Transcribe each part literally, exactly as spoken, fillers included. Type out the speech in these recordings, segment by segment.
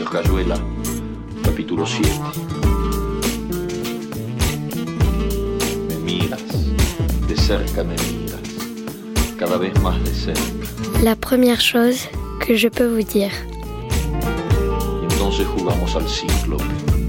Cayuela, capítulo siete. Me miras, de cerca me miras, cada vez más de cerca. La première chose que je peux vous dire. Y entonces jugamos al ciclo.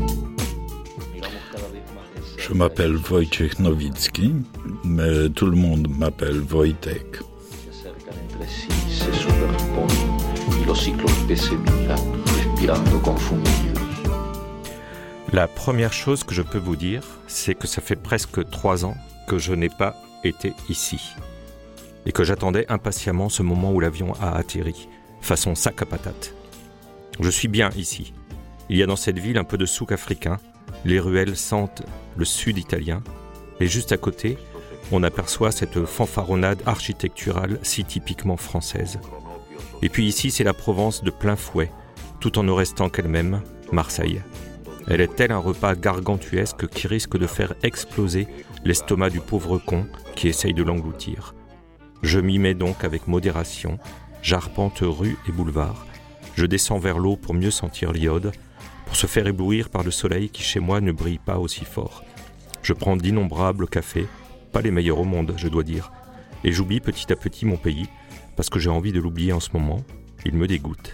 Je m'appelle Wojciech Nowicki, mais tout le monde m'appelle Wojtek. Se superponen y los ciclos que se miran, respirando confundidos. La première chose que je peux vous dire, c'est que ça fait presque trois ans que je n'ai pas été ici et que j'attendais impatiemment ce moment où l'avion a atterri, façon sac à patates. Je suis bien ici. Il y a dans cette ville un peu de souk africain, les ruelles sentent le sud italien, et juste à côté, on aperçoit cette fanfaronnade architecturale si typiquement française. Et puis ici, c'est la Provence de plein fouet, tout en ne restant qu'elle-même, Marseille. Elle est tel un repas gargantuesque qui risque de faire exploser l'estomac du pauvre con qui essaye de l'engloutir. Je m'y mets donc avec modération, j'arpente rues et boulevards, je descends vers l'eau pour mieux sentir l'iode, pour se faire éblouir par le soleil qui chez moi ne brille pas aussi fort. Je prends d'innombrables cafés, pas les meilleurs au monde, je dois dire, et j'oublie petit à petit mon pays, parce que j'ai envie de l'oublier en ce moment, il me dégoûte.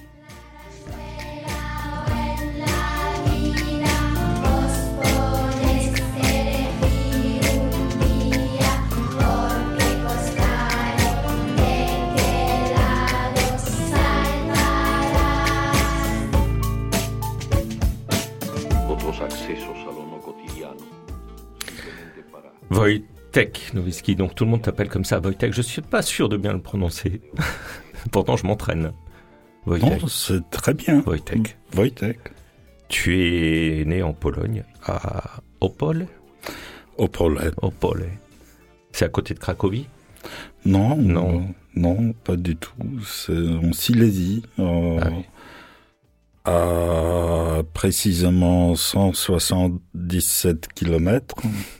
Wojtek Nowicki, donc tout le monde t'appelle comme ça, Wojtek. Je suis pas sûr de bien le prononcer. Pourtant, je m'entraîne. Wojtek. Non, c'est très bien. Wojtek. Wojtek. Tu es né en Pologne, à Opole. Opole. Opole. C'est à côté de Cracovie? Non, non, non, pas du tout. C'est en Silésie. Euh... Ah oui. À précisément cent soixante-dix-sept kilomètres.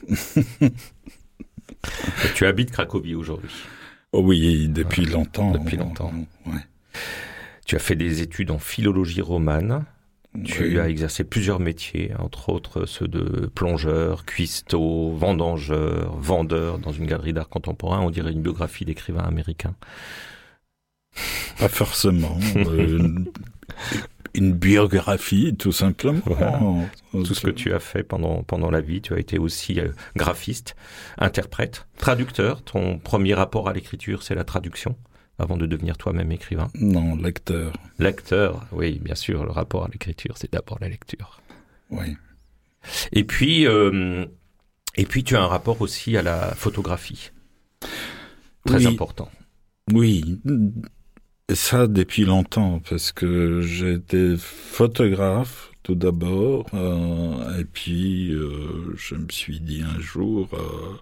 Tu habites Cracovie aujourd'hui? Oh oui, depuis ouais, longtemps. Depuis longtemps. Ouais. Tu as fait des études en philologie romane. Tu oui. as exercé plusieurs métiers, entre autres ceux de plongeur, cuistot, vendangeur, vendeur dans une galerie d'art contemporain. On dirait une biographie d'écrivain américain. Pas forcément. euh, Une biographie, tout simplement. Voilà. Tout ce que tu as fait pendant, pendant la vie. Tu as été aussi euh, graphiste, interprète, traducteur. Ton premier rapport à l'écriture, c'est la traduction, avant de devenir toi-même écrivain. Non, lecteur. Lecteur, oui, bien sûr. Le rapport à l'écriture, c'est d'abord la lecture. Oui. Et puis, euh, et puis tu as un rapport aussi à la photographie. Très oui. important. Oui. Et ça depuis longtemps, parce que j'ai été photographe tout d'abord, euh, et puis euh, je me suis dit un jour, euh,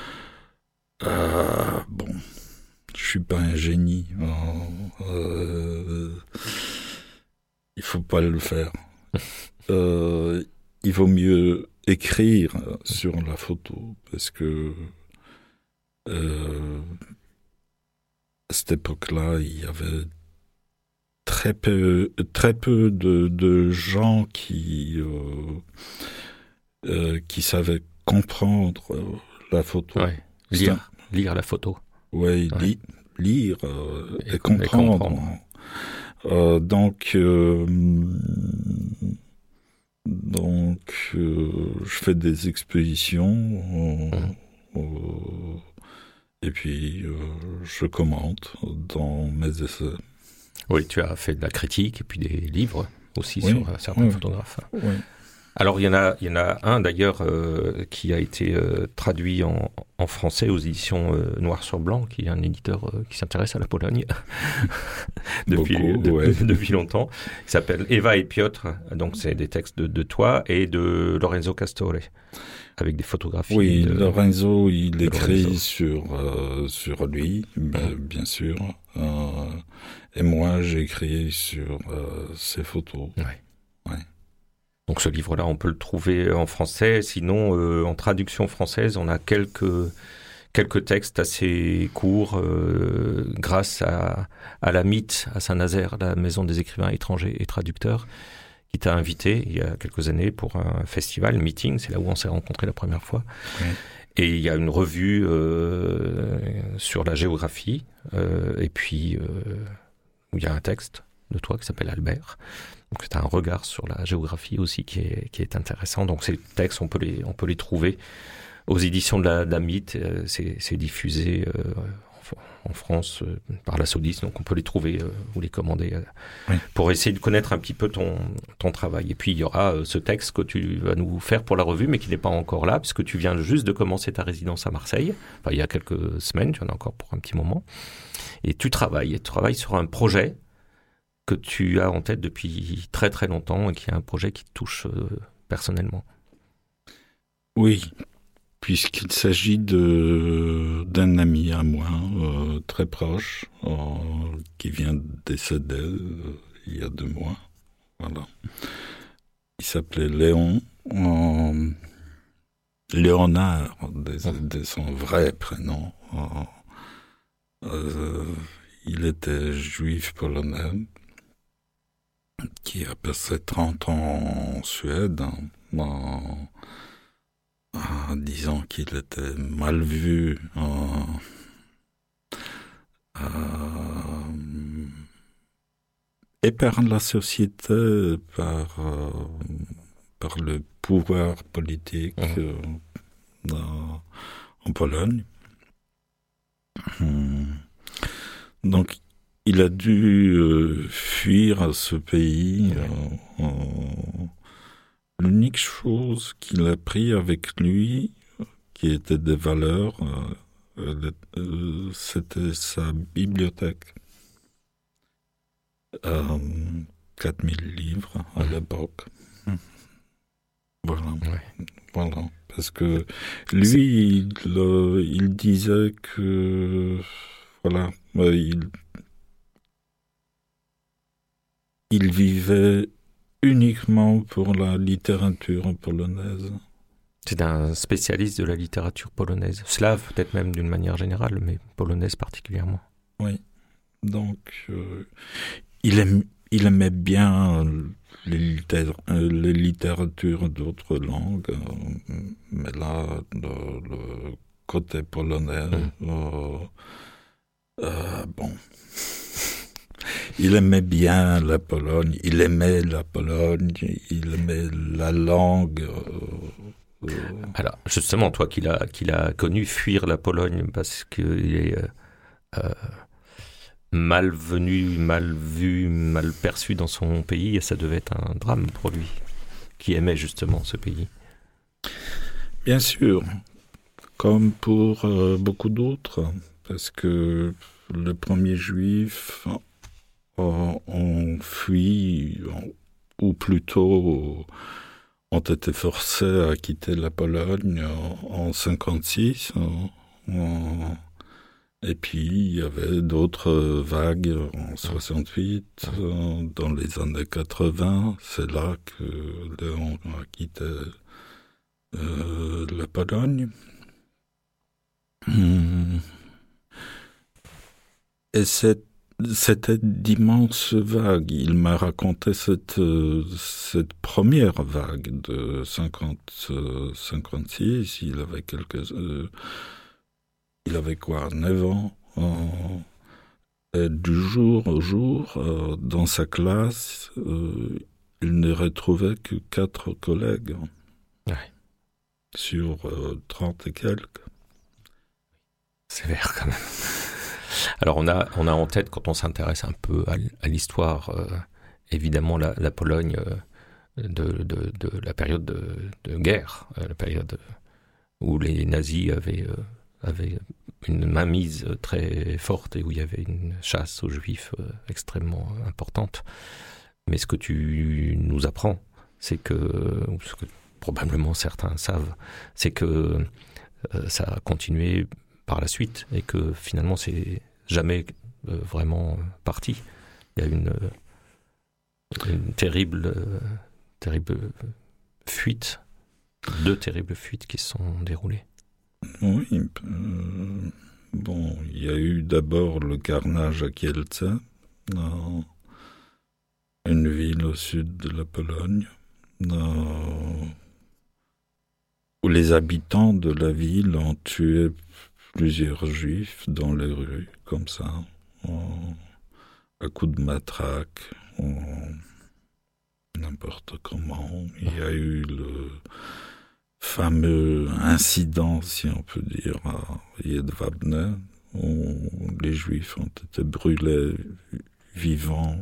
euh, bon, je suis pas un génie, euh, euh, il faut pas le faire. euh, il vaut mieux écrire sur la photo, parce que euh, à cette époque-là, il y avait très peu, très peu de, de gens qui, euh, euh, qui savaient comprendre la photo. Ouais. Lire, un... lire la photo. Ouais, ouais. Li- lire euh, et, et comprendre. Et comprendre. Euh, donc, euh, donc euh, je fais des expositions. Euh, mmh. euh, Et puis, euh, je commente dans mes essais. Oui, tu as fait de la critique et puis des livres aussi oui, sur euh, certains oui, photographes. Oui. Alors, il y en a, il y en a un d'ailleurs euh, qui a été euh, traduit en, en français aux éditions euh, Noir sur Blanc, qui est un éditeur euh, qui s'intéresse à la Pologne depuis, Beaucoup, de, ouais. de, depuis longtemps. Il s'appelle Eva et Piotr, donc c'est des textes de, de toi et de Lorenzo Castore, avec des photographies. Oui, de, Lorenzo, il écrit Lorenzo. sur, euh, sur lui, mmh. bien sûr. Euh, et moi, j'écris sur euh, ses photos. Ouais. Ouais. Donc ce livre-là, on peut le trouver en français. Sinon, euh, en traduction française, on a quelques, quelques textes assez courts euh, grâce à, à la M I T, à Saint-Nazaire, la Maison des écrivains étrangers et traducteurs, qui t'a invité il y a quelques années pour un festival, Meeting, c'est là où on s'est rencontrés la première fois. Oui. Et il y a une revue euh, sur la géographie, euh, et puis euh, où il y a un texte de toi qui s'appelle Albert. Donc tu as un regard sur la géographie aussi qui est, qui est intéressant. Donc ces textes, on peut les, on peut les trouver aux éditions de la, de la M I T. Euh, c'est, c'est diffusé euh, en, en France euh, par la Sodis, donc on peut les trouver euh, ou les commander euh, oui. pour essayer de connaître un petit peu ton, ton travail. Et puis il y aura euh, ce texte que tu vas nous faire pour la revue, mais qui n'est pas encore là, puisque tu viens juste de commencer ta résidence à Marseille. Enfin, il y a quelques semaines, tu en as encore pour un petit moment. Et tu travailles, et tu travailles sur un projet que tu as en tête depuis très très longtemps et qui est un projet qui te touche euh, personnellement. Oui, puisqu'il s'agit de, d'un ami à moi, euh, très proche, euh, qui vient de décéder euh, il y a deux mois. Voilà. Il s'appelait Léon, euh, Léonard, de, de son vrai prénom. Euh, euh, il était juif polonais, qui a passé trente ans en Suède, en, en disant qu'il était mal vu, en, en, et par la société, par, euh, par le pouvoir politique mmh. euh, dans, en Pologne. Donc, il a dû euh, fuir ce pays. Euh, euh, l'unique chose qu'il a pris avec lui, qui était des valeurs, euh, euh, c'était sa bibliothèque. Euh, quatre mille livres à l'époque. Mmh. Voilà. Ouais. Voilà. Parce que lui, il, euh, il disait que... Voilà. Euh, il... Il vivait uniquement pour la littérature polonaise. C'est un spécialiste de la littérature polonaise, slave peut-être même d'une manière générale, mais polonaise particulièrement. Oui, donc euh, il, aime, il aimait bien les, littér- les littératures d'autres langues, euh, mais là, le, le côté polonais, mmh. euh, euh, bon... Il aimait bien la Pologne, il aimait la Pologne, il aimait la langue. Euh, euh... Alors, justement, toi qui l'as, qui l'as connu fuir la Pologne parce qu'il est euh, euh, mal venu, mal vu, mal perçu dans son pays, ça devait être un drame pour lui, qui aimait justement ce pays. Bien sûr, comme pour euh, beaucoup d'autres, parce que le premier juif... ont fui, ou plutôt ont été forcés à quitter la Pologne en cinquante-six. Et puis, il y avait d'autres vagues en soixante-huit, dans les années quatre-vingts. C'est là que Léon a quitté euh, la Pologne. Et cette C'était d'immenses vagues. Il m'a raconté cette, euh, cette première vague de cinquante, cinquante-six. Il avait quelques... Euh, il avait quoi, neuf ans. Euh, et du jour au jour, euh, dans sa classe, euh, il ne retrouvait que quatre collègues. Ouais. Sur euh, trente et quelques. Sévère quand même. Alors on a, on a en tête, quand on s'intéresse un peu à, à l'histoire, euh, évidemment la, la Pologne euh, de, de, de la période de, de guerre, euh, la période où les nazis avaient, euh, avaient une mainmise très forte et où il y avait une chasse aux juifs euh, extrêmement importante. Mais ce que tu nous apprends, c'est que, ou ce que probablement certains savent, c'est que euh, ça a continué par la suite et que finalement c'est jamais euh, vraiment parti. Il y a une, euh, une terrible, euh, terrible fuite, deux terribles fuites qui se sont déroulées. Oui. Euh, bon, il y a eu d'abord le carnage à Kielce, dans une ville au sud de la Pologne, dans, où les habitants de la ville ont tué plusieurs juifs dans les rues, comme ça, en, à coups de matraque, en, n'importe comment. Il y a eu le fameux incident, si on peut dire, à Jedwabne, où les Juifs ont été brûlés vivants.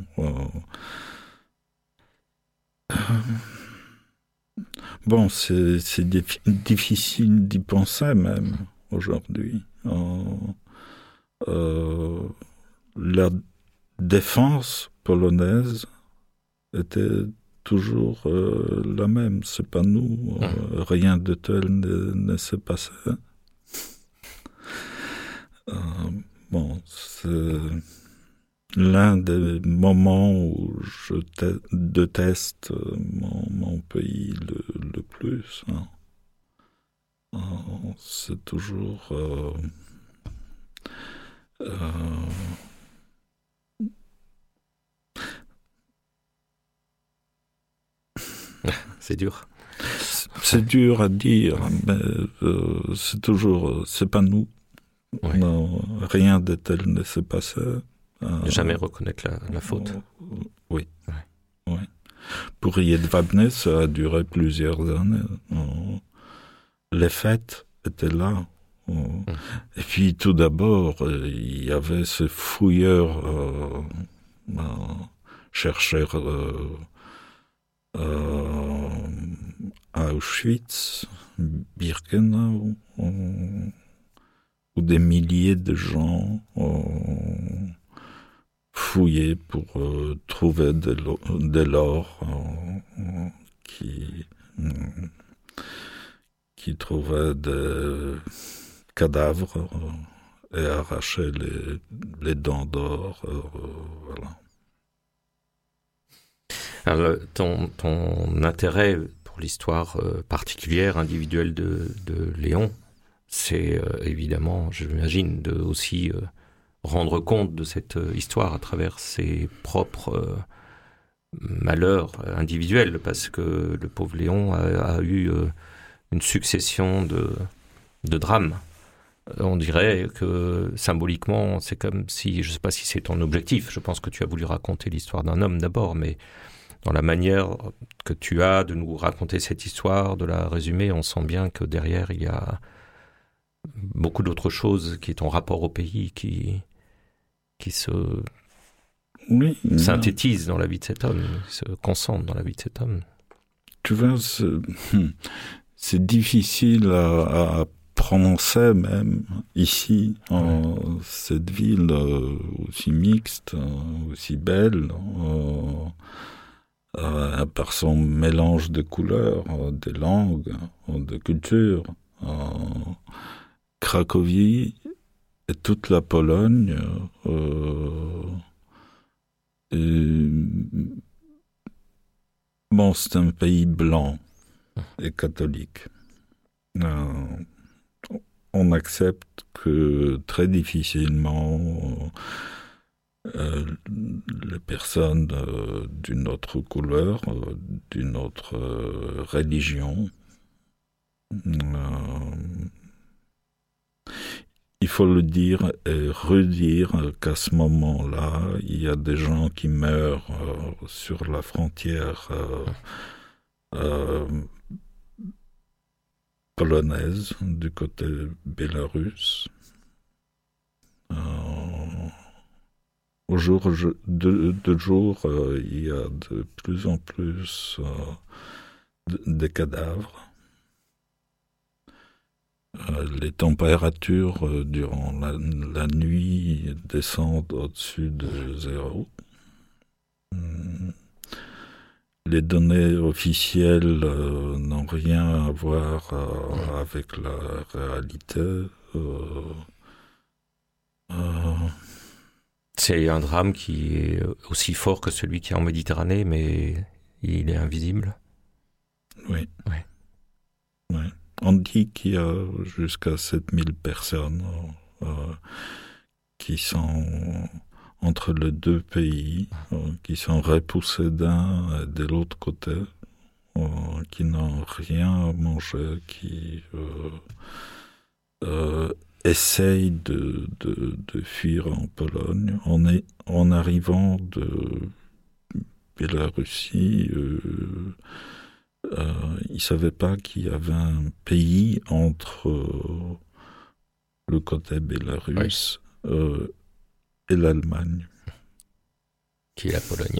Bon, c'est, c'est dif- difficile d'y penser même aujourd'hui. Euh, la défense polonaise était toujours euh, la même. C'est pas nous. Euh, rien de tel ne, ne s'est passé. Euh, bon, c'est l'un des moments où je te- déteste mon, mon pays le, le plus. Hein. Euh, c'est toujours... Euh, euh, C'est dur. C'est dur à dire, mais euh, c'est toujours, c'est pas nous. Oui. Non, rien de tel ne s'est passé. Euh, Jamais reconnaître la, la faute. Euh, oui. Ouais. oui. Pour Jedwabne, ça a duré plusieurs années. Euh, les fêtes étaient là. Euh, mm. Et puis tout d'abord, euh, il y avait ces fouilleurs, euh, euh, chercheurs. Euh, Euh, à Auschwitz, Birkenau, euh, où des milliers de gens euh, fouillaient pour euh, trouver de, l'or, de l'or euh, qui, euh, qui trouvaient des cadavres euh, et arrachaient les, les dents d'or. Euh, voilà. Alors, ton, ton intérêt pour l'histoire euh, particulière, individuelle de, de Léon, c'est euh, évidemment, je m'imagine, de aussi euh, rendre compte de cette euh, histoire à travers ses propres euh, malheurs individuels, parce que le pauvre Léon a, a eu euh, une succession de, de drames. On dirait que symboliquement, c'est comme si, je ne sais pas si c'est ton objectif, je pense que tu as voulu raconter l'histoire d'un homme d'abord, mais dans la manière que tu as de nous raconter cette histoire, de la résumer, on sent bien que derrière, il y a beaucoup d'autres choses qui est ton rapport au pays, qui, qui se oui, synthétise dans la vie de cet homme, qui se concentre dans la vie de cet homme. Tu vois, c'est, c'est difficile à, à prononcer même ici, en ouais. cette ville aussi mixte, aussi belle, euh, Euh, par son mélange de couleurs, euh, de langues, euh, de cultures. Euh, Cracovie et toute la Pologne, euh, et, bon, c'est un pays blanc et catholique. Euh, on accepte que très difficilement Euh, les personnes euh, d'une autre couleur, euh, d'une autre euh, religion. Euh, il faut le dire et redire qu'à ce moment-là, il y a des gens qui meurent euh, sur la frontière euh, euh, polonaise, du côté bélarusse. Euh, Au jour de, de jour, euh, il y a de plus en plus euh, de, de cadavres. Euh, les températures euh, durant la, la nuit descendent au-dessus de zéro. Hum. Les données officielles euh, n'ont rien à voir euh, avec la réalité. Euh, euh, C'est un drame qui est aussi fort que celui qui est en Méditerranée, mais il est invisible. Oui. Oui. oui. on dit qu'il y a jusqu'à sept mille personnes euh, qui sont entre les deux pays, euh, qui sont repoussés d'un et de l'autre côté, euh, qui n'ont rien à manger, qui euh, euh, essayent de, de, de fuir en Pologne. En, est, en arrivant de Biélorussie, euh, euh, ils ne savaient pas qu'il y avait un pays entre euh, le côté bélarusse oui. euh, et l'Allemagne. Qui est la Pologne.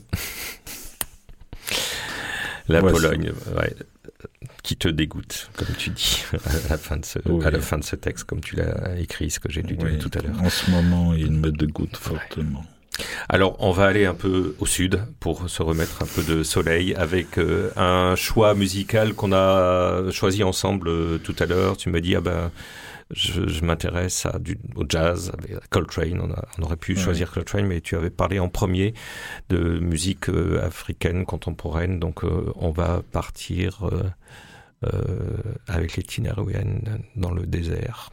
la ouais, Pologne, ouais, qui te dégoûte, comme tu dis, à la fin de ce, oui. à la fin de ce texte, comme tu l'as écrit, ce que j'ai lu oui. tout à l'heure. En ce moment, il me dégoûte fortement. Ouais. Alors, on va aller un peu au sud pour se remettre un peu de soleil avec euh, un choix musical qu'on a choisi ensemble euh, tout à l'heure. Tu me dis, ah ben, je, je m'intéresse à du, au jazz, avec Coltrane. On, a, on aurait pu ouais. choisir Coltrane, mais tu avais parlé en premier de musique euh, africaine contemporaine. Donc, euh, on va partir euh, euh, avec les Tinariwen dans le désert.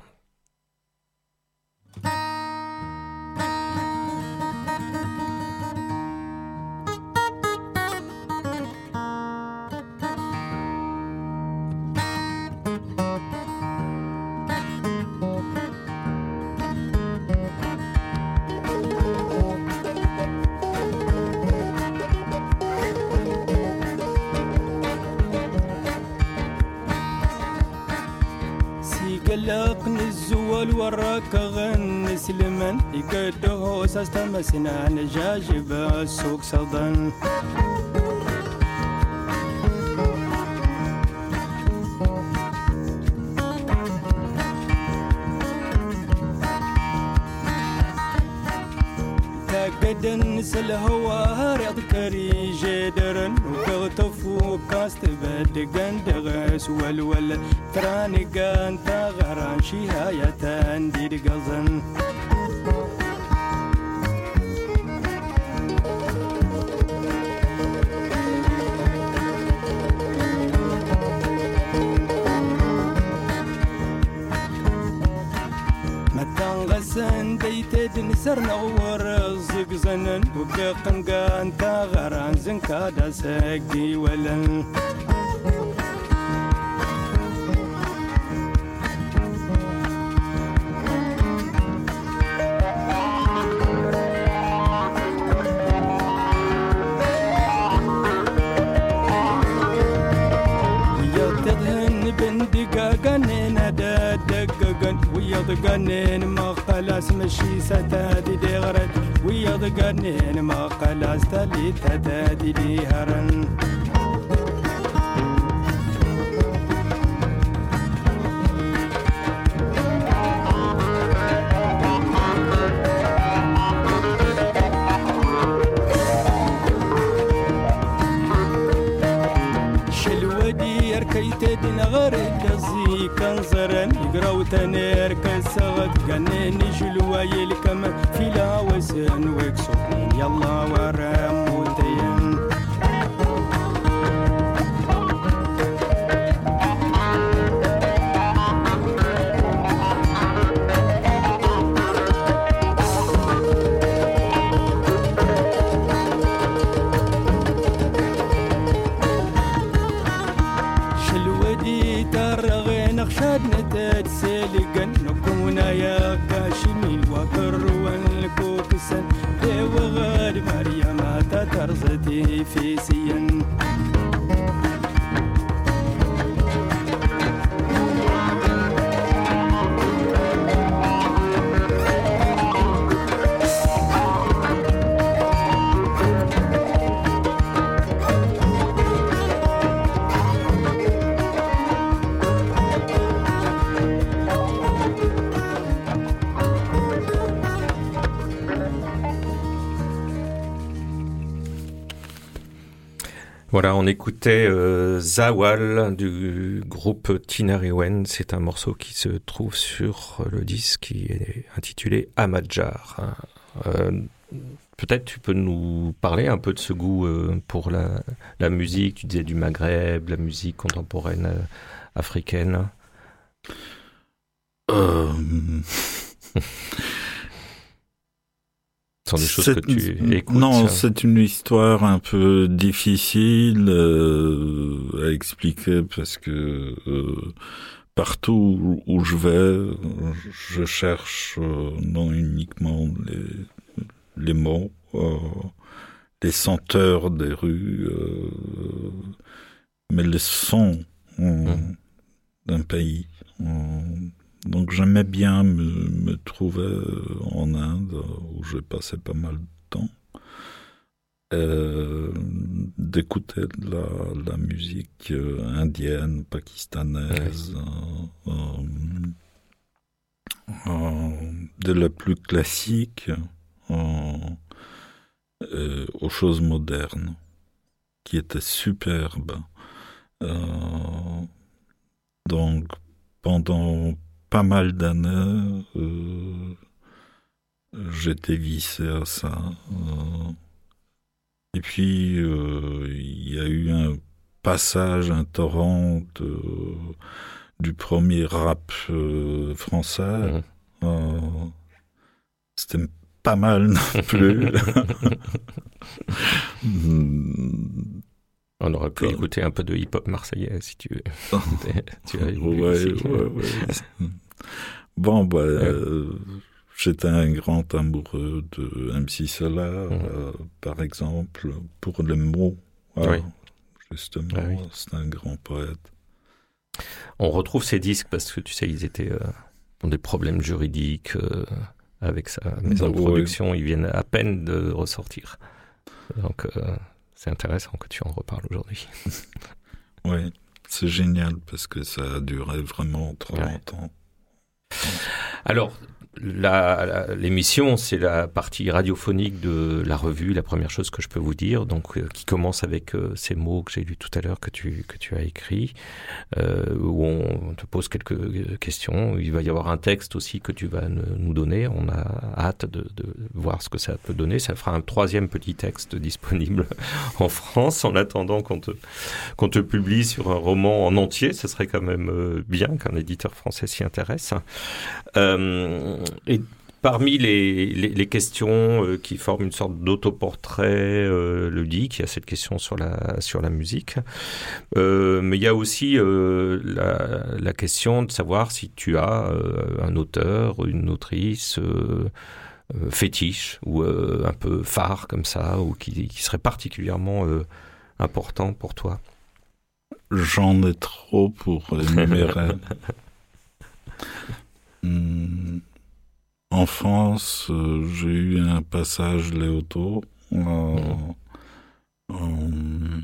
قلقني الزوال وراك غن سلمان يقده ساستمسنا نجاجب السوق صدن قدن سلهوا رياض كري جدرن وكغتفو كاست بدقن دغس والول تراني قان تغران شهاية تنديد قزن غسن ديتد نسرنا ورزق زنن وكقنقان تغران زنكادا سقي ولن ويتدهن بندقا قنينا دققن ويضقنين ما خلاص مشي ستادي دي غرد ويضقنين ما خلاص تلي تتادي دي هرن كيتدن غرد زي كنزرن يقراو تنير كسغت قنين جلواي الكم في لاوسن وكسوين يلا ورم وتين نتاد سيلقن نكونا يا كاشمين وكر والكوكسن وغاد مريم تترزتي في سين Voilà, on écoutait euh, Zawal du groupe Tinariwen. C'est un morceau qui se trouve sur le disque qui est intitulé Amadjar. Euh, peut-être tu peux nous parler un peu de ce goût euh, pour la, la musique. Tu disais du Maghreb, la musique contemporaine euh, africaine. Euh... Ce sont des choses que tu écoutes. Non, c'est une histoire un peu difficile euh, à expliquer parce que euh, partout où je vais, je cherche euh, non uniquement les, les mots, euh, les senteurs des rues, euh, mais les sons euh, mmh. d'un pays. Euh, Donc j'aimais bien me, me trouver en Inde, où j'ai passé pas mal de temps, euh, d'écouter de la, la musique indienne, pakistanaise, ouais. euh, euh, de la plus classique euh, euh, aux choses modernes, qui étaient superbes. Euh, donc pendant pas mal d'années, euh, j'étais vissé à ça. Euh, et puis, euh, il y a eu un passage, un torrent de, du premier rap euh, français. Mmh. Euh, c'était pas mal non plus. On aurait pu écouter un peu de hip-hop marseillais, si tu veux. tu as ouais, ouais, ouais. Bon, bah, ouais. euh, j'étais un grand amoureux de M C Solar, mmh. euh, par exemple, pour les mots. Ah, oui. Justement, ah, oui. C'est un grand poète. On retrouve ces disques parce que, tu sais, ils étaient euh, ont des problèmes juridiques euh, avec sa maison de production. Ouais. Ils viennent à peine de ressortir. Donc... Euh, c'est intéressant que tu en reparles aujourd'hui. Oui, c'est génial parce que ça a duré vraiment trop ouais. longtemps. Alors, la, la, l'émission, c'est la partie radiophonique de la revue, la première chose que je peux vous dire, donc euh, qui commence avec euh, ces mots que j'ai lus tout à l'heure que tu, que tu as écrits, euh, où on te pose quelques questions. Il va y avoir un texte aussi que tu vas ne, nous donner. On a hâte de, de voir ce que ça peut donner. Ça fera un troisième petit texte disponible en France, en attendant qu'on te, qu'on te publie sur un roman en entier. Ce serait quand même euh, bien qu'un éditeur français s'y intéresse. Euh, Et parmi les, les, les questions euh, qui forment une sorte d'autoportrait euh, ludique, il y a cette question sur la, sur la musique. Euh, mais il y a aussi euh, la, la question de savoir si tu as euh, un auteur, une autrice euh, euh, fétiche ou euh, un peu phare comme ça, ou qui, qui serait particulièrement euh, important pour toi. J'en ai trop pour énumérer. hum. En France, euh, j'ai eu un passage Léoto euh, mmh. euh,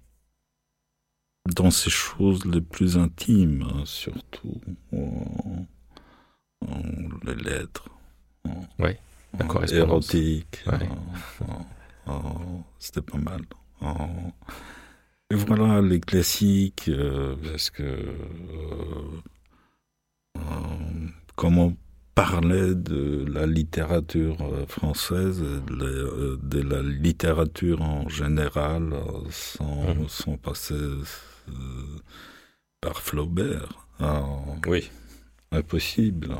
dans ces choses les plus intimes, hein, surtout euh, euh, les lettres, euh, oui, la correspondance érotiques. Ouais. Euh, euh, euh, c'était pas mal. Euh, et voilà les classiques, euh, parce que euh, euh, comment parler de la littérature française, de, de la littérature en général, sans, mmh. sans passer euh, par Flaubert. Alors, oui. Impossible.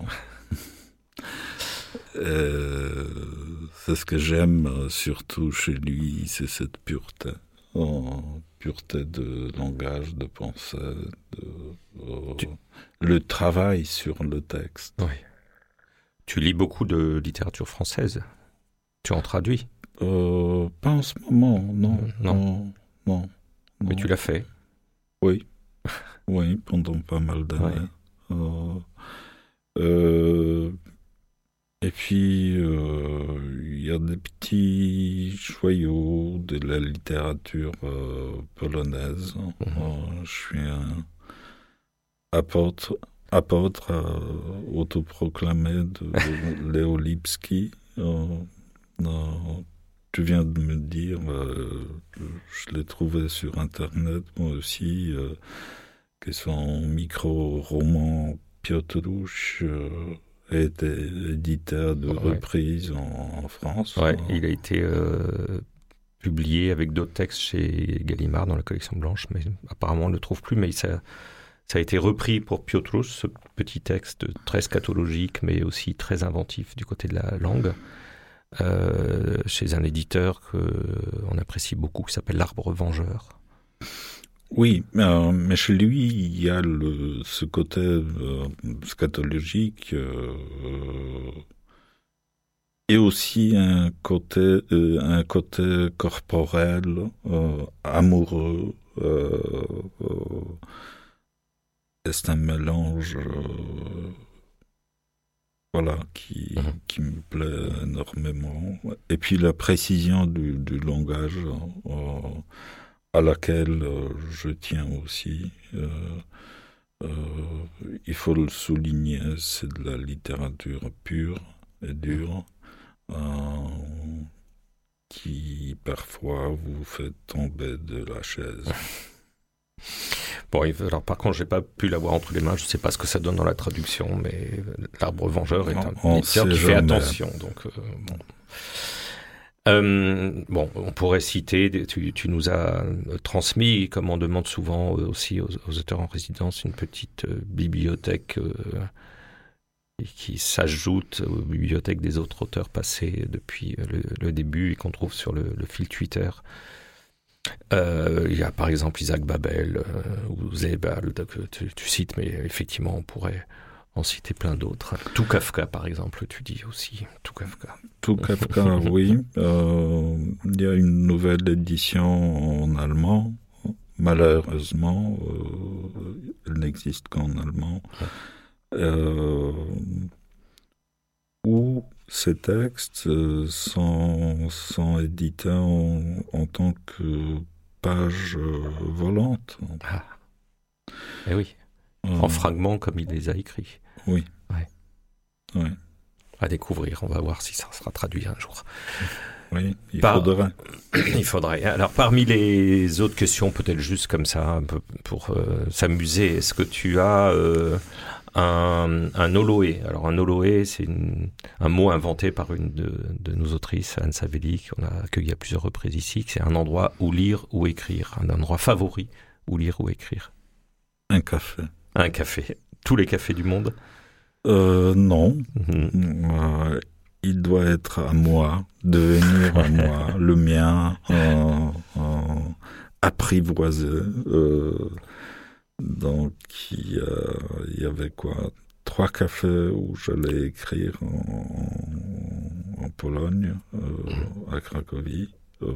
euh, c'est ce que j'aime surtout chez lui, c'est cette pureté. Oh, pureté de langage, de pensée, de, oh, tu... le travail sur le texte. Oui. Tu lis beaucoup de littérature française. Tu en traduis ? euh, Pas en ce moment, non. Non. non, non Mais non. tu l'as fait ? Oui. Oui, pendant pas mal d'années. Ouais. Euh, euh, et puis, il euh, y a des petits joyaux de la littérature euh, polonaise. Mmh. Euh, je suis un apôtre. apôtre euh, autoproclamé de Léo Lipski. Euh, euh, tu viens de me dire, euh, je l'ai trouvé sur Internet, moi aussi, euh, que son micro-roman Piotrush euh, a été édité à deux ouais. reprises en, en France. Ouais, hein. Il a été euh, publié avec d'autres textes chez Gallimard dans la collection Blanche, mais apparemment on ne le trouve plus, mais ça... Ça a été repris pour Piotrus, ce petit texte très scatologique, mais aussi très inventif du côté de la langue, euh, chez un éditeur qu'on apprécie beaucoup, qui s'appelle L'Arbre Vengeur. Oui, euh, mais chez lui, il y a le, ce côté euh, scatologique euh, et aussi un côté, euh, un côté corporel, euh, amoureux. Euh, euh, et c'est un mélange euh, voilà, qui, mmh. qui me plaît énormément. Et puis la précision du, du langage euh, à laquelle euh, je tiens aussi. Euh, euh, il faut le souligner, c'est de la littérature pure et dure euh, qui parfois vous fait tomber de la chaise. Bon, alors par contre, j'ai pas pu l'avoir entre les mains. Je sais pas ce que ça donne dans la traduction, mais L'Arbre Vengeur est un éditeur qui fait attention. Donc euh, bon. Euh, bon, on pourrait citer. Tu, tu nous as transmis, comme on demande souvent aussi aux, aux auteurs en résidence, une petite euh, bibliothèque euh, qui s'ajoute aux bibliothèques des autres auteurs passés depuis le, le début et qu'on trouve sur le, le fil Twitter. Euh, il y a par exemple Isaac Babel euh, ou Zebal que tu, tu cites, mais effectivement on pourrait en citer plein d'autres. Tout Kafka par exemple, tu dis aussi. Tout Kafka. Tout Kafka, oui. Euh, il y a une nouvelle édition en allemand. Malheureusement, euh, elle n'existe qu'en allemand. Euh, où ces textes sont, sont édités en, en tant que pages volantes. Ah. Eh oui, euh, en fragments comme il les a écrits. Oui. Ouais. Ouais. À découvrir, on va voir si ça sera traduit un jour. Oui, il Par... faudrait. Il faudrait. Alors, parmi les autres questions, peut-être juste comme ça, un peu pour euh, s'amuser, est-ce que tu as... Euh, Un, un oloé. Alors un oloé, c'est une, un mot inventé par une de, de nos autrices, Anne Savelli, qu'on a accueilli à plusieurs reprises ici. C'est un endroit où lire ou écrire, un endroit favori où lire ou écrire. Un café. Un café. Tous les cafés du monde ? euh, Non. Mm-hmm. Euh, il doit être à moi, devenir à moi, le mien, euh, euh, apprivoisé. Euh, Donc, il y, a, il y avait quoi, trois cafés où j'allais écrire en, en Pologne, euh, à Cracovie. Euh,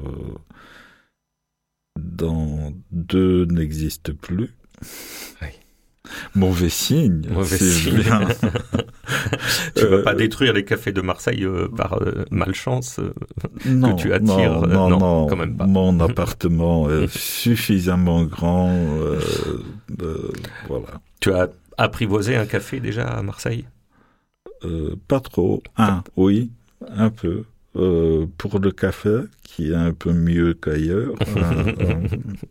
dans deux n'existent plus. Oui. Mauvais signe. Mauvais signe. Bien. Tu ne vas euh, pas détruire les cafés de Marseille euh, par euh, malchance euh, non, que tu attires. Non, euh, non, non, non, quand même pas. Mon appartement est suffisamment grand. Euh, euh, voilà. Tu as apprivoisé un café déjà à Marseille ? euh, Pas trop. Un, oui, un peu. Euh, pour le café, qui est un peu mieux qu'ailleurs. euh, euh,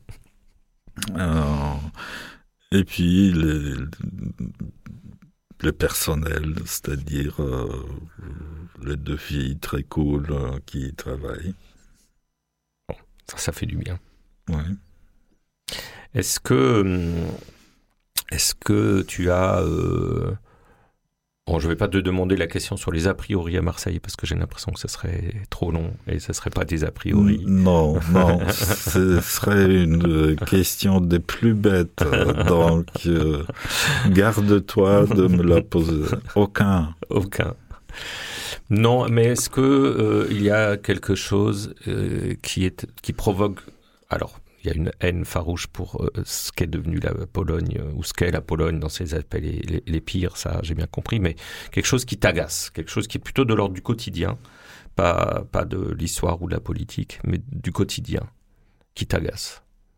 euh, et puis, les, le personnel, c'est-à-dire euh, les deux filles très cool euh, qui y travaillent. Bon, ça, ça fait du bien. Ouais. Est-ce que, est-ce que tu as... Euh... Bon, je ne vais pas te demander la question sur les a priori à Marseille, parce que j'ai l'impression que ce serait trop long, et ce ne serait pas des a priori. Non, non, ce serait une question des plus bêtes, donc euh, garde-toi de me la poser. Aucun. Aucun. Non, mais est-ce que euh, il y a quelque chose euh, qui est qui provoque... Alors, il y a une haine farouche pour euh, ce qu'est devenu la Pologne, euh, ou ce qu'est la Pologne dans ses aspects les, les, les pires, ça j'ai bien compris, mais quelque chose qui t'agace, quelque chose qui est plutôt de l'ordre du quotidien, pas, pas de l'histoire ou de la politique, mais du quotidien, qui t'agace.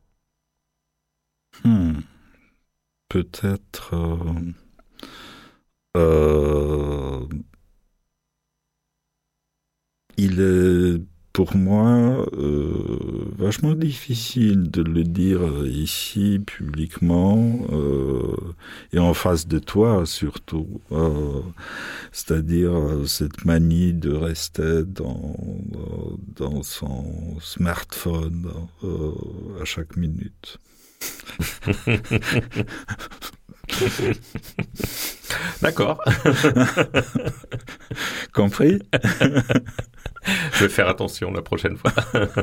Hmm. Peut-être... Euh... Euh... Il est... Pour moi, euh, vachement difficile de le dire ici, publiquement, euh, et en face de toi, surtout. Euh, c'est-à-dire cette manie de rester dans, dans son smartphone euh, à chaque minute. D'accord. Compris? Je vais faire attention la prochaine fois.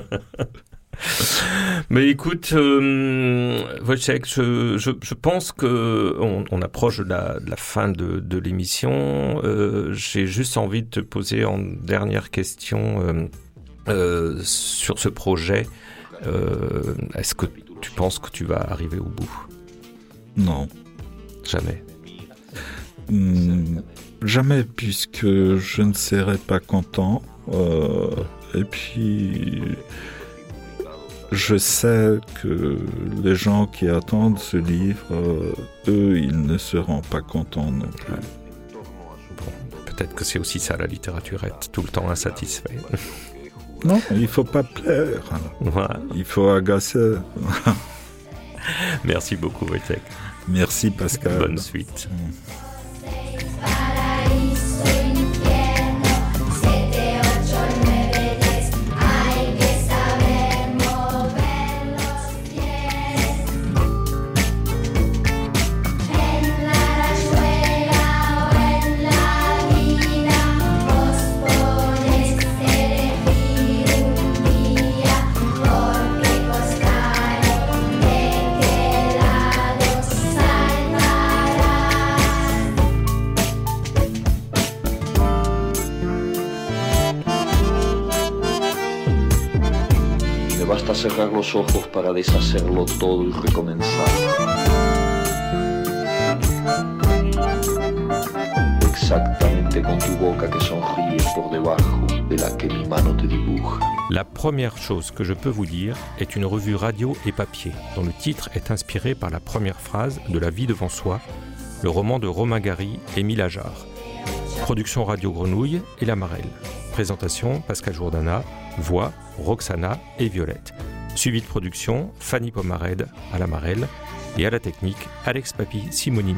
Mais écoute, euh, Wojciech, je, je, je pense que on, on approche de la, de la fin de, de l'émission. Euh, j'ai juste envie de te poser en dernière question euh, euh, sur ce projet. Euh, est-ce que tu penses que tu vas arriver au bout? Non. Jamais. Mmh, jamais, puisque je ne serai pas content. Euh, et puis, je sais que les gens qui attendent ce livre, euh, eux, ils ne seront pas contents non plus. Bon, peut-être que c'est aussi ça la littérature, être tout le temps insatisfait. Non, il ne faut pas plaire. Voilà. Il faut agacer. Merci beaucoup, Wojciech. Merci, Pascal. Bonne suite. Basta cerrar los ojos para deshacerlo todo y recomenzar. Exactamente con tu boca que sonríe por debajo de la que mi mano te dibuja. La première chose que je peux vous dire est une revue radio et papier, dont le titre est inspiré par la première phrase de La vie devant soi, le roman de Romain Gary et Émile Ajar. Production Radio Grenouille et La Marelle. Présentation Pascal Jourdana, voix Roxana et Violette. Suivi de production Fanny Pomarède à La Marelle et à la technique Alex Papi Simonini.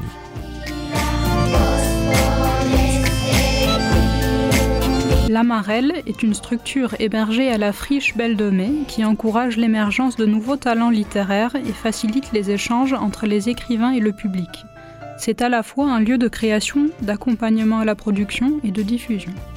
La Marelle est une structure hébergée à la Friche Belle de Mai qui encourage l'émergence de nouveaux talents littéraires et facilite les échanges entre les écrivains et le public. C'est à la fois un lieu de création, d'accompagnement à la production et de diffusion.